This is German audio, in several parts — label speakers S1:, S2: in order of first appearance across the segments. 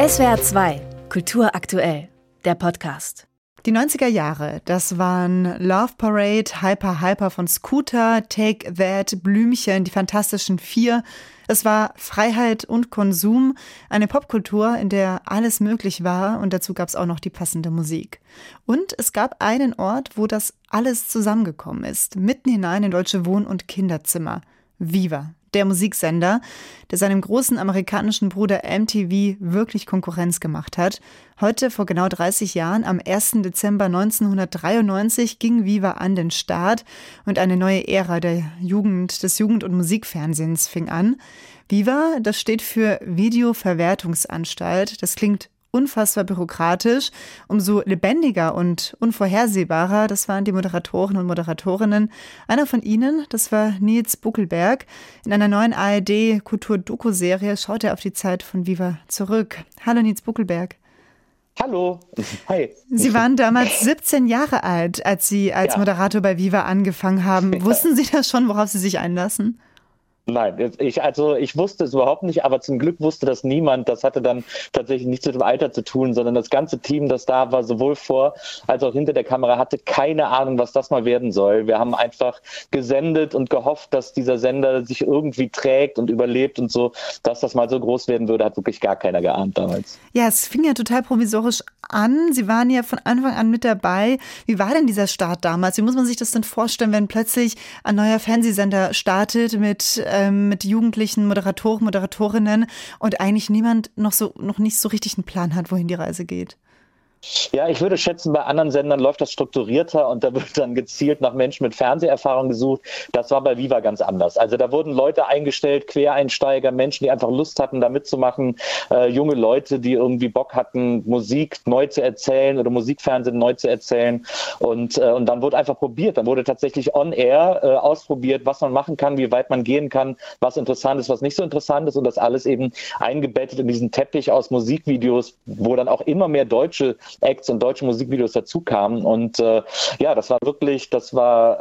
S1: SWR 2, Kultur aktuell, der Podcast.
S2: Die 90er Jahre, das waren Love Parade, Hyper Hyper von Scooter, Take That, Blümchen, die Fantastischen Vier. Es war Freiheit und Konsum, eine Popkultur, in der alles möglich war, und dazu gab es auch noch die passende Musik. Und es gab einen Ort, wo das alles zusammengekommen ist, mitten hinein in deutsche Wohn- und Kinderzimmer. Viva, der Musiksender, der seinem großen amerikanischen Bruder MTV wirklich Konkurrenz gemacht hat. Heute, vor genau 30 Jahren, am 1. Dezember 1993, ging Viva an den Start und eine neue Ära des Jugend- und Musikfernsehens fing an. Viva, das steht für Videoverwertungsanstalt. Das klingt unfassbar bürokratisch. Umso lebendiger und unvorhersehbarer, das waren die Moderatoren und Moderatorinnen. Einer von ihnen, das war Nils Buckelberg. In einer neuen ARD-Kultur-Doku-Serie schaut er auf die Zeit von Viva zurück. Hallo Nils Buckelberg.
S3: Hallo, hi.
S2: Sie waren damals 17 Jahre alt, als Sie als Moderator bei Viva angefangen haben. Ja. Wussten Sie das schon, worauf Sie sich einlassen?
S3: Nein, ich wusste es überhaupt nicht, aber zum Glück wusste das niemand. Das hatte dann tatsächlich nichts mit dem Alter zu tun, sondern das ganze Team, das da war, sowohl vor als auch hinter der Kamera, hatte keine Ahnung, was das mal werden soll. Wir haben einfach gesendet und gehofft, dass dieser Sender sich irgendwie trägt und überlebt und so. Dass das mal so groß werden würde, hat wirklich gar keiner geahnt damals.
S2: Ja, es fing ja total provisorisch an. Sie waren ja von Anfang an mit dabei. Wie war denn dieser Start damals? Wie muss man sich das denn vorstellen, wenn plötzlich ein neuer Fernsehsender startet mit jugendlichen Moderatoren, Moderatorinnen und eigentlich niemand noch nicht so richtig einen Plan hat, wohin die Reise geht?
S3: Ja, ich würde schätzen, bei anderen Sendern läuft das strukturierter und da wird dann gezielt nach Menschen mit Fernseherfahrung gesucht. Das war bei Viva ganz anders. Also da wurden Leute eingestellt, Quereinsteiger, Menschen, die einfach Lust hatten, da mitzumachen, junge Leute, die irgendwie Bock hatten, Musik neu zu erzählen oder Musikfernsehen neu zu erzählen. Und dann wurde einfach probiert. Dann wurde tatsächlich on-air ausprobiert, was man machen kann, wie weit man gehen kann, was interessant ist, was nicht so interessant ist, und das alles eben eingebettet in diesen Teppich aus Musikvideos, wo dann auch immer mehr deutsche Acts und deutsche Musikvideos dazu kamen. Und das war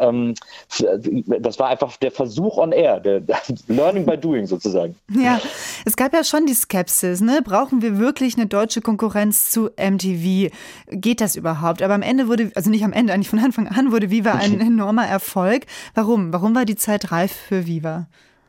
S3: einfach der Versuch on air, der Learning by Doing sozusagen.
S2: Ja, es gab ja schon die Skepsis, ne? Brauchen wir wirklich eine deutsche Konkurrenz zu MTV? Geht das überhaupt? Aber am Ende eigentlich von Anfang an wurde Viva ein enormer Erfolg. Warum? Warum war die Zeit reif für Viva?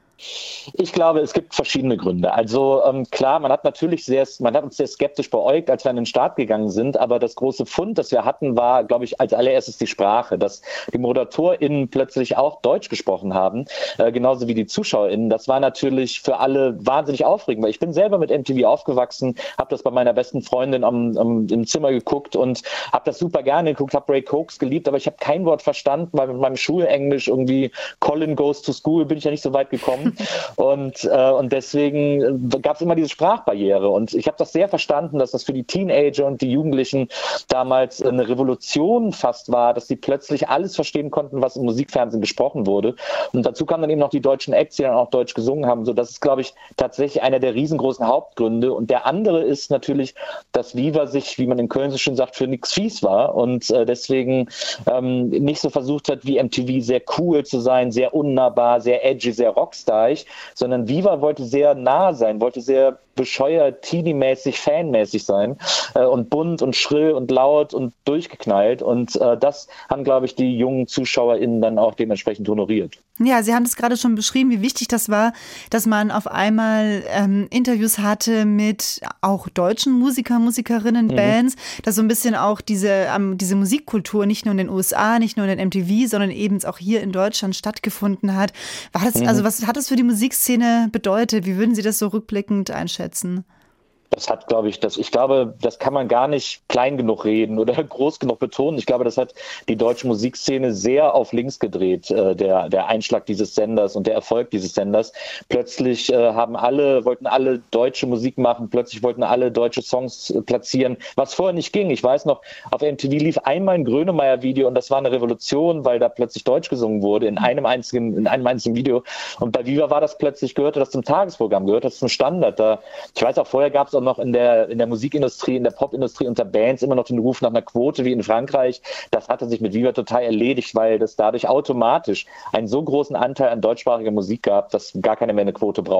S3: Ich glaube, es gibt verschiedene Gründe. Also klar, man hat uns sehr skeptisch beäugt, als wir an den Start gegangen sind, aber das große Fund, das wir hatten, war, glaube ich, als allererstes die Sprache, dass die ModeratorInnen plötzlich auch Deutsch gesprochen haben, genauso wie die ZuschauerInnen. Das war natürlich für alle wahnsinnig aufregend, weil ich bin selber mit MTV aufgewachsen, habe das bei meiner besten Freundin im Zimmer geguckt und habe das super gerne geguckt, habe Ray Cokes geliebt, aber ich habe kein Wort verstanden, weil mit meinem Schulenglisch irgendwie Colin goes to school bin ich ja nicht so weit gekommen. Und deswegen gab es immer diese Sprachbarriere. Und ich habe das sehr verstanden, dass das für die Teenager und die Jugendlichen damals eine Revolution fast war, dass sie plötzlich alles verstehen konnten, was im Musikfernsehen gesprochen wurde. Und dazu kamen dann eben noch die deutschen Acts, die dann auch Deutsch gesungen haben. So, das ist, glaube ich, tatsächlich einer der riesengroßen Hauptgründe. Und der andere ist natürlich, dass Viva sich, wie man in Köln so schön sagt, für nix fies war und deswegen nicht so versucht hat, wie MTV sehr cool zu sein, sehr unnahbar, sehr edgy, sehr rockstar, sondern Viva wollte sehr nah sein, wollte sehr bescheuert, teenie-mäßig, fanmäßig sein und bunt und schrill und laut und durchgeknallt, und das haben, glaube ich, die jungen ZuschauerInnen dann auch dementsprechend honoriert.
S2: Ja, Sie haben es gerade schon beschrieben, wie wichtig das war, dass man auf einmal Interviews hatte mit auch deutschen Musikerinnen, Bands, dass so ein bisschen auch diese Musikkultur nicht nur in den USA, nicht nur in den MTV, sondern eben auch hier in Deutschland stattgefunden hat. Was hat das für die Musikszene bedeutet? Wie würden Sie das so rückblickend einschätzen?
S3: Das hat, glaube ich, das kann man gar nicht klein genug reden oder groß genug betonen. Ich glaube, das hat die deutsche Musikszene sehr auf links gedreht, der Einschlag dieses Senders und der Erfolg dieses Senders. Plötzlich wollten alle deutsche Musik machen, plötzlich wollten alle deutsche Songs platzieren, was vorher nicht ging. Ich weiß noch, auf MTV lief einmal ein Grönemeyer-Video und das war eine Revolution, weil da plötzlich Deutsch gesungen wurde in einem einzigen Video. Und bei Viva gehörte das zum Tagesprogramm, gehörte das zum Standard. Ich weiß auch, vorher gab es auch noch in der Musikindustrie, in der Popindustrie unter Bands immer noch den Ruf nach einer Quote wie in Frankreich. Das hatte sich mit Viva total erledigt, weil das dadurch automatisch einen so großen Anteil an deutschsprachiger Musik gab, dass gar keiner mehr eine Quote brauchte.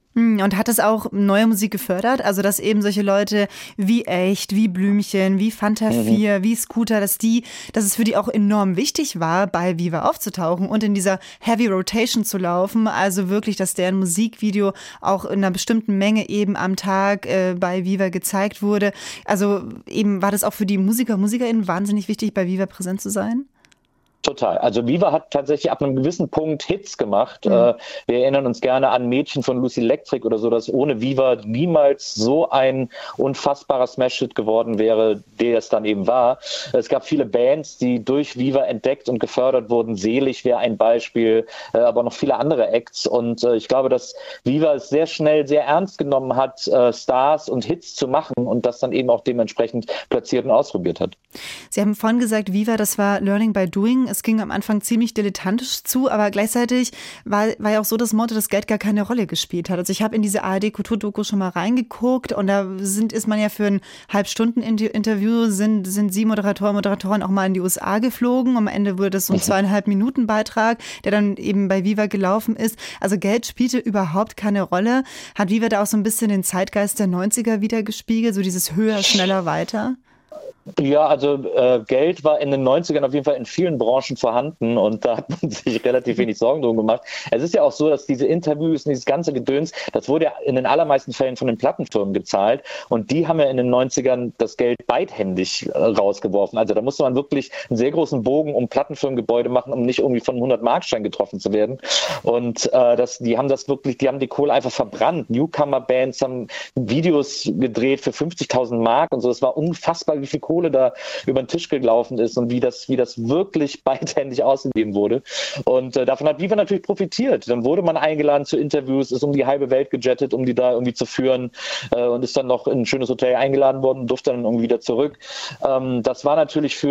S2: Und hat es auch neue Musik gefördert? Also, dass eben solche Leute wie Echt, wie Blümchen, wie Fanta 4, wie Scooter, dass es für die auch enorm wichtig war, bei Viva aufzutauchen und in dieser Heavy Rotation zu laufen. Also wirklich, dass deren Musikvideo auch in einer bestimmten Menge eben am Tag bei Viva gezeigt wurde. Also eben war das auch für die MusikerInnen wahnsinnig wichtig, bei Viva präsent zu sein?
S3: Total. Also Viva hat tatsächlich ab einem gewissen Punkt Hits gemacht. Wir erinnern uns gerne an Mädchen von Lucy Electric oder so, dass ohne Viva niemals so ein unfassbarer Smash-Hit geworden wäre, der es dann eben war. Es gab viele Bands, die durch Viva entdeckt und gefördert wurden. Selig wäre ein Beispiel, aber noch viele andere Acts. Und ich glaube, dass Viva es sehr schnell sehr ernst genommen hat, Stars und Hits zu machen und das dann eben auch dementsprechend platziert und ausprobiert hat.
S2: Sie haben vorhin gesagt, Viva, das war Learning by Doing. Es ging am Anfang ziemlich dilettantisch zu, aber gleichzeitig war ja auch so das Motto, dass Geld gar keine Rolle gespielt hat. Also ich habe in diese ARD-Kulturdoku schon mal reingeguckt und da ist man ja für ein Halbstunden-Interview, sind Sie Moderatoren auch mal in die USA geflogen. Am Ende wurde das so ein 2,5 Minuten Beitrag, der dann eben bei Viva gelaufen ist. Also Geld spielte überhaupt keine Rolle. Hat Viva da auch so ein bisschen den Zeitgeist der 90er wiedergespiegelt, so dieses höher, schneller, weiter?
S3: Ja, also Geld war in den 90ern auf jeden Fall in vielen Branchen vorhanden und da hat man sich relativ wenig Sorgen drum gemacht. Es ist ja auch so, dass diese Interviews und dieses ganze Gedöns, das wurde ja in den allermeisten Fällen von den Plattenfirmen gezahlt und die haben ja in den 90ern das Geld beidhändig rausgeworfen. Also da musste man wirklich einen sehr großen Bogen um Plattenfirmengebäude machen, um nicht irgendwie von 100-Markschein getroffen zu werden. Und die haben die Kohle einfach verbrannt. Newcomer-Bands haben Videos gedreht für 50.000 Mark und so. Das war unfassbar, wie viel Kohle da über den Tisch gelaufen ist und wie das wirklich beidhändig ausgegeben wurde. Und davon hat Viva natürlich profitiert. Dann wurde man eingeladen zu Interviews, ist um die halbe Welt gejettet, um die da irgendwie zu führen und ist dann noch in ein schönes Hotel eingeladen worden und durfte dann irgendwie wieder zurück. Das war natürlich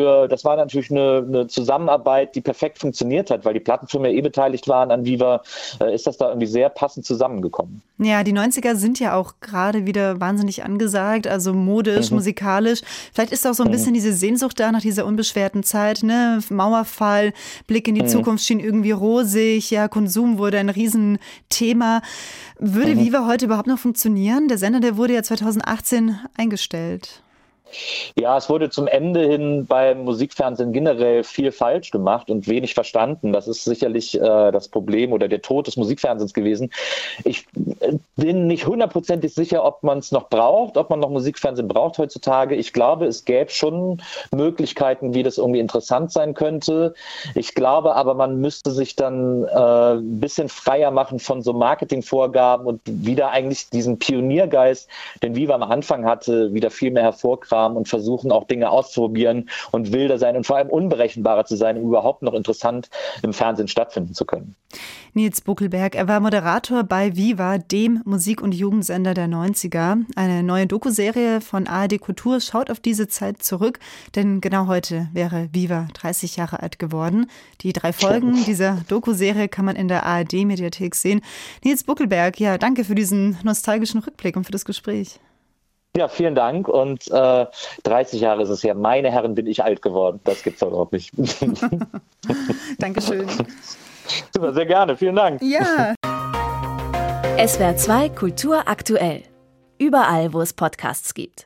S3: eine Zusammenarbeit, die perfekt funktioniert hat, weil die Plattenfirmen ja beteiligt waren an Viva, ist das da irgendwie sehr passend zusammengekommen.
S2: Ja, die 90er sind ja auch gerade wieder wahnsinnig angesagt, also modisch, musikalisch. Vielleicht ist auch so ein bisschen diese Sehnsucht da nach dieser unbeschwerten Zeit, ne? Mauerfall, Blick in die Zukunft schien irgendwie rosig, ja, Konsum wurde ein Riesenthema. Würde Viva heute überhaupt noch funktionieren? Der Sender, der wurde ja 2018 eingestellt.
S3: Ja, es wurde zum Ende hin beim Musikfernsehen generell viel falsch gemacht und wenig verstanden. Das ist sicherlich das Problem oder der Tod des Musikfernsehens gewesen. Ich bin nicht hundertprozentig sicher, ob man es noch braucht, ob man noch Musikfernsehen braucht heutzutage. Ich glaube, es gäbe schon Möglichkeiten, wie das irgendwie interessant sein könnte. Ich glaube aber, man müsste sich dann ein bisschen freier machen von so Marketingvorgaben und wieder eigentlich diesen Pioniergeist, den Viva am Anfang hatte, wieder viel mehr hervorkramen und versuchen auch Dinge auszuprobieren und wilder sein und vor allem unberechenbarer zu sein, um überhaupt noch interessant im Fernsehen stattfinden zu können.
S2: Nils Buckelberg, er war Moderator bei Viva, dem Musik- und Jugendsender der 90er. Eine neue Dokuserie von ARD Kultur schaut auf diese Zeit zurück, denn genau heute wäre Viva 30 Jahre alt geworden. Die 3 Folgen dieser Dokuserie kann man in der ARD-Mediathek sehen. Nils Buckelberg, ja, danke für diesen nostalgischen Rückblick und für das Gespräch.
S3: Ja, vielen Dank und 30 Jahre ist es her. Meine Herren, bin ich alt geworden. Das gibt's doch überhaupt nicht.
S2: Dankeschön.
S3: Super, sehr gerne. Vielen Dank.
S2: Ja.
S1: SWR 2 Kultur aktuell. Überall, wo es Podcasts gibt.